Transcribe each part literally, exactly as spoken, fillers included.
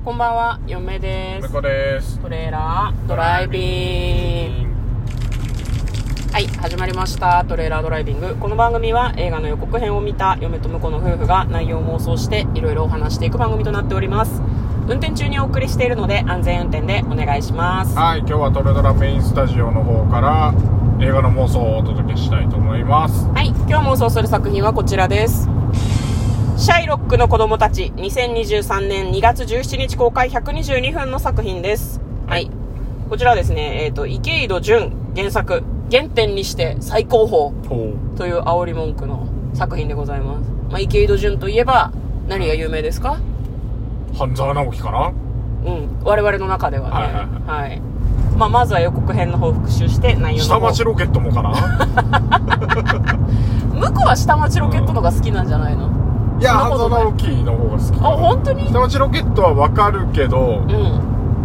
こんばんは、嫁です。 猫です。 トレーラードライビング。はい、始まりました。トレーラードライビング。この番組は映画の予告編を見た嫁と婿の夫婦が内容を妄想していろいろお話していく番組となっております。運転中にお送りしているので安全運転でお願いします。 はい、今日はトレドラメインスタジオの方から映画の妄想をお届けしたいと思います。 はい、今日妄想する作品はこちらです。シャイロックの子供たち、にせんにじゅうさんねんにがつじゅうしちにち公開ひゃくにじゅうにふんの作品です。はい、こちらはですね、えっと池井戸潤原作、原点にして最高峰という煽り文句の作品でございます。まあ、池井戸潤といえば何が有名ですか？ 半沢直樹かな。 うん、我々の中ではね、 はいはいはい、 はい。まあ、まずは予告編の方を復習して内容の方。 下町ロケットもかな。 向こうは下町ロケットのが好きなんじゃないの？ いや、半沢直樹の方が好き。 あ、本当に？ 下町ロケットはわかるけど、 うん、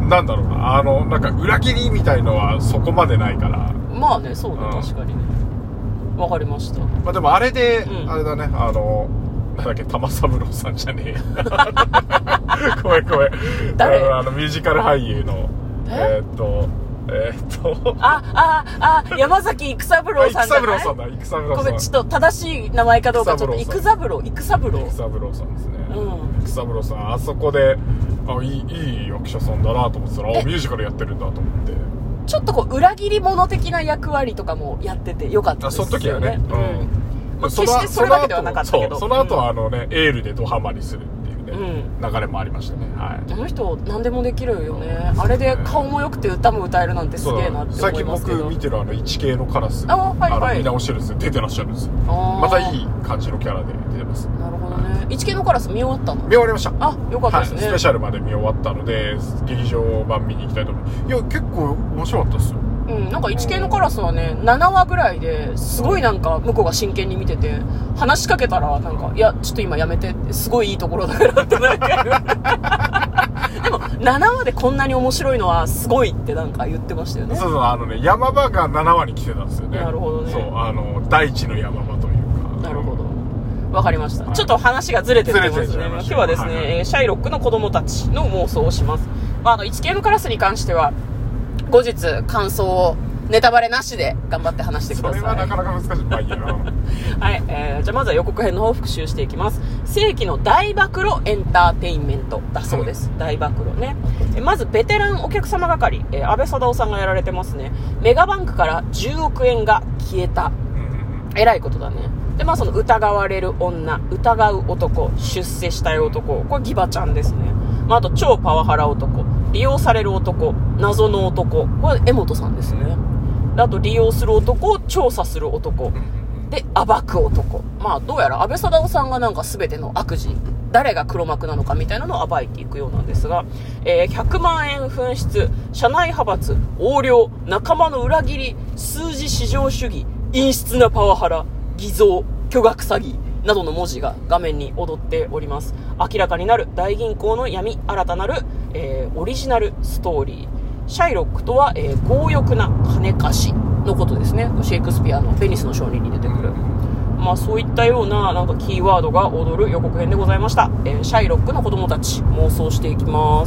なんだろうな、あのなんか裏切りみたいのはそこまでないから。 まあね、そうね、 うん、 確かにね。わかりました。 まあでもあれで、 うん、 あれだね、あのなんだっけ、玉三郎さんじゃねえごめんごめん、 誰？ あのミュージカル俳優のえー、っとえー、っとあああ山崎育三郎さんじゃない？ 育三郎さんだ、育三郎さん。 ごめん、ちょっと正しい名前かどうかちょっと育三郎育三郎育三郎さんですね。 うん、 育三郎さん、あそこであいいいい役者さんだなと思ってたら、あミュージカルやってるんだと思って。 ちょっとこう裏切り者的な役割とかもやっててよかったですよね。 あ、その時はね、うん、 まあ、決してそれだけではなかったけど、 その後はあのね、うん、エールでドハマりするっていうね、 うん、 流れもありましたね。はい。 あの人何でもできるよね。あれで顔も良くて歌も歌えるなんてすげえなって思いますけど。 最近僕見てるあの ワンケー のカラス、 あ、はいはい、 あの見直してるんですよ。出てらっしゃるんですよ。またいい感じのキャラで出てます。なるほどね。 ワンケー のカラス見終わったの？ 見終わりました。 あ、よかったですね、 はい、スペシャルまで見終わったので劇場版見に行きたいと思う。いや結構面白かったですよ。 うん、なんか ワンケー のカラスはねななわぐらいですごいなんか向こうが真剣に見てて話しかけたらなんかいやちょっと今やめてってすごいいいところだからってなんかでもななわでこんなに面白いのはすごいってなんか言ってましたよね。 そうそう、あのね山場がななわに来てたんですよね。 なるほどね。 そう、あの大地の山場というか。 なるほど、わかりました、はい、ちょっと話がずれてってますね。今日はですね、はいはい、シャイロックの子供たちの妄想をします。まあ、あの ワンケー のカラスに関しては後日感想をネタバレなしで頑張って話してください。 それはなかなか難しい。まあいいやなはい、えー、じゃあまずは予告編の方を復習していきます。世紀の大暴露エンターテインメントだそうです、うん、大暴露ね。えまずベテランお客様係、えー、安倍貞夫さんがやられてますね。メガバンクからじゅうおくえんが消えた、うん、えらいことだね。でまあその疑われる女、疑う男、出世したい男、これギバちゃんですね。まあ、あと超パワハラ男、利用される男、謎の男、これ江本さんですね。あと利用する男を調査する男で暴く男。まあどうやら安倍貞夫さんがなんか全ての悪事、誰が黒幕なのかみたいなのを暴いていくようなんですが、えー、ひゃくまんえん紛失、社内派閥、横領、仲間の裏切り、数字至上主義、陰湿なパワハラ、偽造、巨額詐欺などの文字が画面に踊っております。明らかになる大銀行の闇、新たなる、えー、オリジナルストーリー。シャイロックとは、えー、強欲な金貸しのことですね。シェイクスピアのベニスの商人に出てくる、まあ、そういったようななんかキーワードが踊る予告編でございました。えー、シャイロックの子供たち妄想していきます。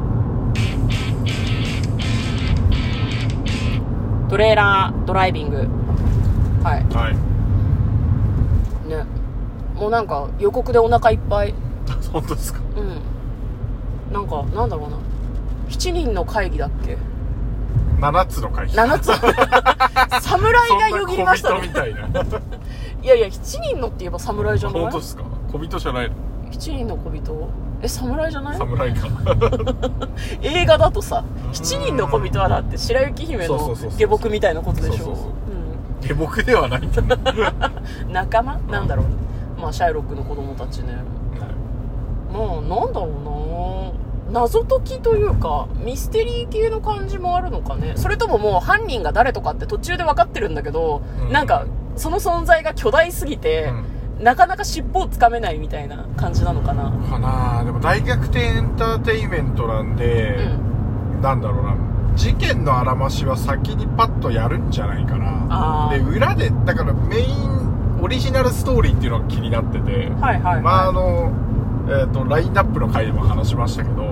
トレーラードライビング。はい、はいね、もうなんか予告でお腹いっぱい。 本当ですか？ うん、なんかなんだろうな、しちにんの会議だっけ？ ななつの会議。 ななつ侍がよぎりましたね。 そんな小人みたいないやいや、しちにんのって言えば侍じゃない？ 本当ですか？小人じゃないの？ しちにんの小人、え、侍じゃない？ 侍か映画だとさ、しちにんの小人はだって白雪姫の下僕みたいなことでしょ。 下僕ではないんだ仲間なんだろう。まあシャイロックの子供たちね、まあなんだろうな、謎解きというかミステリー系の感じもあるのかね。それとももう犯人が誰とかって途中で分かってるんだけど、うん、なんかその存在が巨大すぎて、うん、なかなか尻尾をつかめないみたいな感じなのかな。かな。でも大逆転エンターテインメントなんで、うん、なんだろうな、事件のあらましは先にパッとやるんじゃないかな。あで裏でだからメインオリジナルストーリーっていうのが気になってて、はいはいはい、まああのえー、とラインナップの回でも話しましたけど、うん、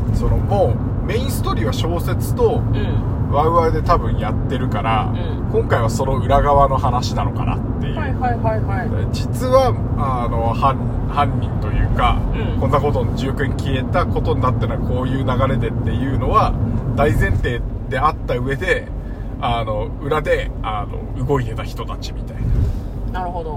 そのもうメインストーリーは小説と、うんワウワウで多分やってるから、うん、今回はその裏側の話なのかなっていう、はいはいはいはい、実はあの 犯, 犯人というか、うん、こんなことのじゅうくん消えたことになってのはこういう流れでっていうのは大前提であった上であの裏であの動いてた人たちみたいな。 なるほど、うん、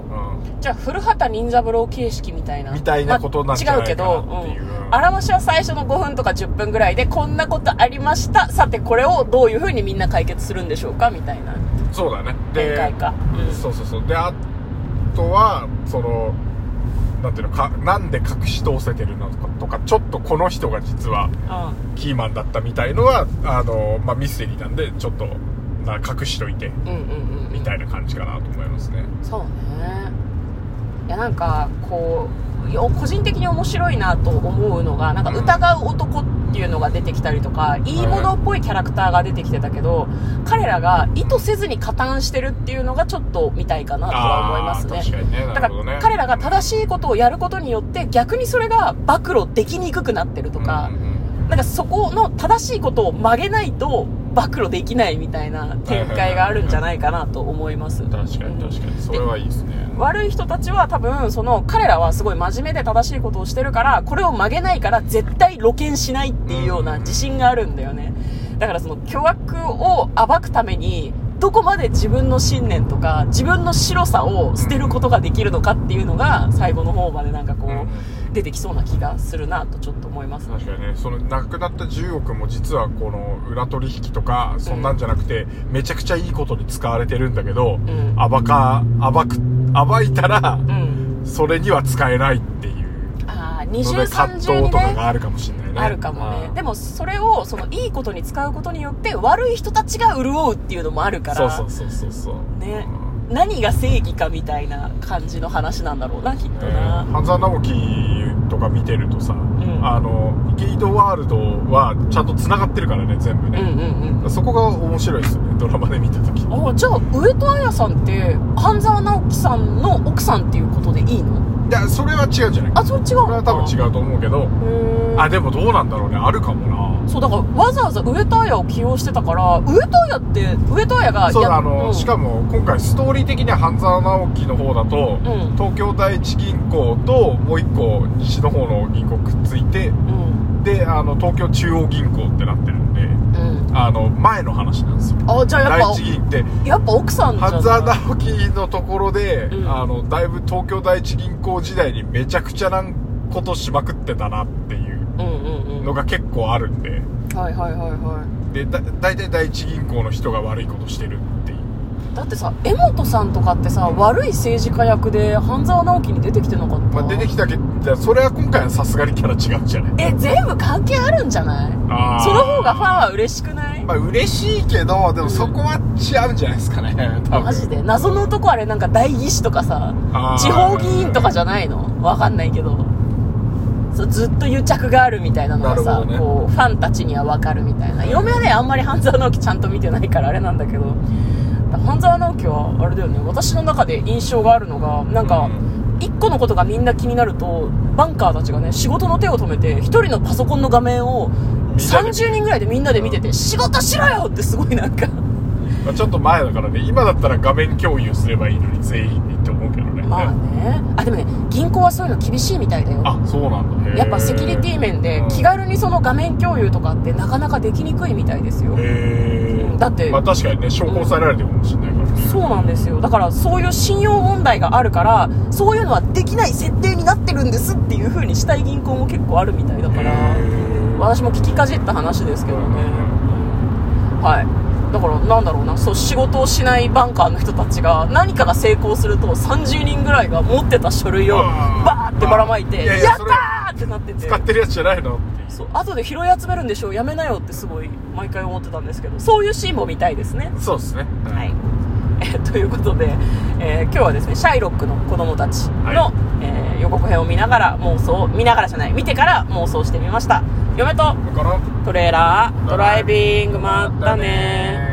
じゃあ古畑任三郎形式みたいなみたいなことなんじゃないかなっていう、 まあ、違うけど、うん、あらましは最初のごふんとかじゅっぷんぐらいでこんなことありました、さてこれをどういう風にみんな解決するんでしょうかみたいな。 そうだね。 展開か、 うん、そうそうそう。であとはそのなんていうのか、なんで隠し通せてるのかとか、ちょっとこの人が実はキーマンだったみたいのはあの、まあ、ミステリーなんでちょっと隠しといて、うんうんうん、みたいな感じかなと思いますね。 そうね。いやなんかこう個人的に面白いなと思うのがなんか疑う男っていうのが出てきたりとか、うん、いいものっぽいキャラクターが出てきてたけど、彼らが意図せずに加担してるっていうのがちょっと見たいかなとは思いますね。 確かにね。 だから彼らが正しいことをやることによって逆にそれが暴露できにくくなってるとか、うんうん、なんかそこの正しいことを曲げないと暴露できないみたいな展開があるんじゃないかなと思います。 確かに確かにそれはいいですね。 悪い人たちは多分その彼らはすごい真面目で正しいことをしてるからこれを曲げないから絶対露見しないっていうような自信があるんだよね。だからその巨悪を暴くためにどこまで自分の信念とか自分の白さを捨てることができるのかっていうのが最後の方までなんかこう出てきそうな気がするなとちょっと思います、ね、 確かにね。その亡くなったじゅうおくも実はこの裏取引とかそんなんじゃなくて、うん、めちゃくちゃいいことに使われてるんだけど、うん、暴か暴く暴いたら、うん、それには使えないっていうあ二重三重にね葛藤とかがあるかもしれないね。 あるかもね。でもそれをそのいいことに使うことによって悪い人たちが潤うっていうのもあるから、 そうそうそうそうね、うん、何が正義かみたいな感じの話なんだろうなきっとな、 えー、半沢直樹とか見てるとさ、うん、あのゲイドワールドはちゃんと繋がってるからね全部ね、うんうんうん、そこが面白いですよねドラマで見た時に。 あ、じゃあ上戸彩さんって半沢直樹さんの奥さんっていうことでいいの？ いやそれは違うんじゃない？ あ、それ違うのか。 それは多分違うと思うけど、あでもどうなんだろうね、あるかもな。 そうだからわざわざ上戸彩を起用してたから上戸彩って上戸彩がそうあの、うん、しかも今回ストーリー的には半沢直樹の方だと、うん、東京第一銀行ともう一個西の方の銀行くっついて、うん、であの東京中央銀行ってなってるんで、うん、あの前の話なんですよ。 あ、じゃあやっぱ第一銀ってやっぱ奥さんじゃない半沢直樹のところで、うん、あのだいぶ東京第一銀行時代にめちゃくちゃなことしまくってたなっていうのが結構あるんで、うんうんうん、はいはいはいはいでだだいたい第一銀行の人が悪いことしてるっていう。 だってさ江本さんとかってさ、うん、悪い政治家役で半沢直樹に出てきてなかった？ まあ、出てきたけどそれは今回はさすがにキャラ違うんじゃない？ え全部関係あるんじゃない？あその方がファンは嬉しくない？ まあ嬉しいけどでもそこは違うんじゃないですかね、うん、多分マジで謎の男あれなんか代議士とかさ地方議員とかじゃないの？わかんないけどそうずっと癒着があるみたいなのがさ、ね、こうファンたちにはわかるみたいな。嫁はねあんまり半沢直樹ちゃんと見てないからあれなんだけど、半沢直樹はあれだよね、私の中で印象があるのがなんか一個のことがみんな気になるとバンカーたちがね仕事の手を止めて一人のパソコンの画面をさんじゅうにんぐらいでみんなで見てて、仕事しろよってすごいなんかちょっと前だからね、今だったら画面共有すればいいのに全員にって思うけどね。 まあね。あでもね銀行はそういうの厳しいみたいだよ。 あそうなんだ。 やっぱセキュリティ面で気軽にその画面共有とかってなかなかできにくいみたいですよ。へー、だってまあ確かにね証拠抑えられてるかもしれないからね、うん、そうなんですよ。だからそういう信用問題があるからそういうのはできない設定になってるんですっていう風にしたい銀行も結構あるみたいだから私も聞きかじった話ですけどね、うん、はいだからなんだろうな、そう仕事をしないバンカーの人たちが何かが成功するとさんじゅうにんぐらいが持ってた書類をバーってばらまいて、いやいややったーってなってて、 使ってるやつじゃないの？ そう後で拾い集めるんでしょ、やめなよってすごい毎回思ってたんですけど、そういうシーンも見たいですね。 そうですね、 はい、えということで、えー、今日はですねシャイロックの子供たちの、はいえー、予告編を見ながら妄想見ながらじゃない見てから妄想してみました。嫁とトレーラードライビング、まったねー。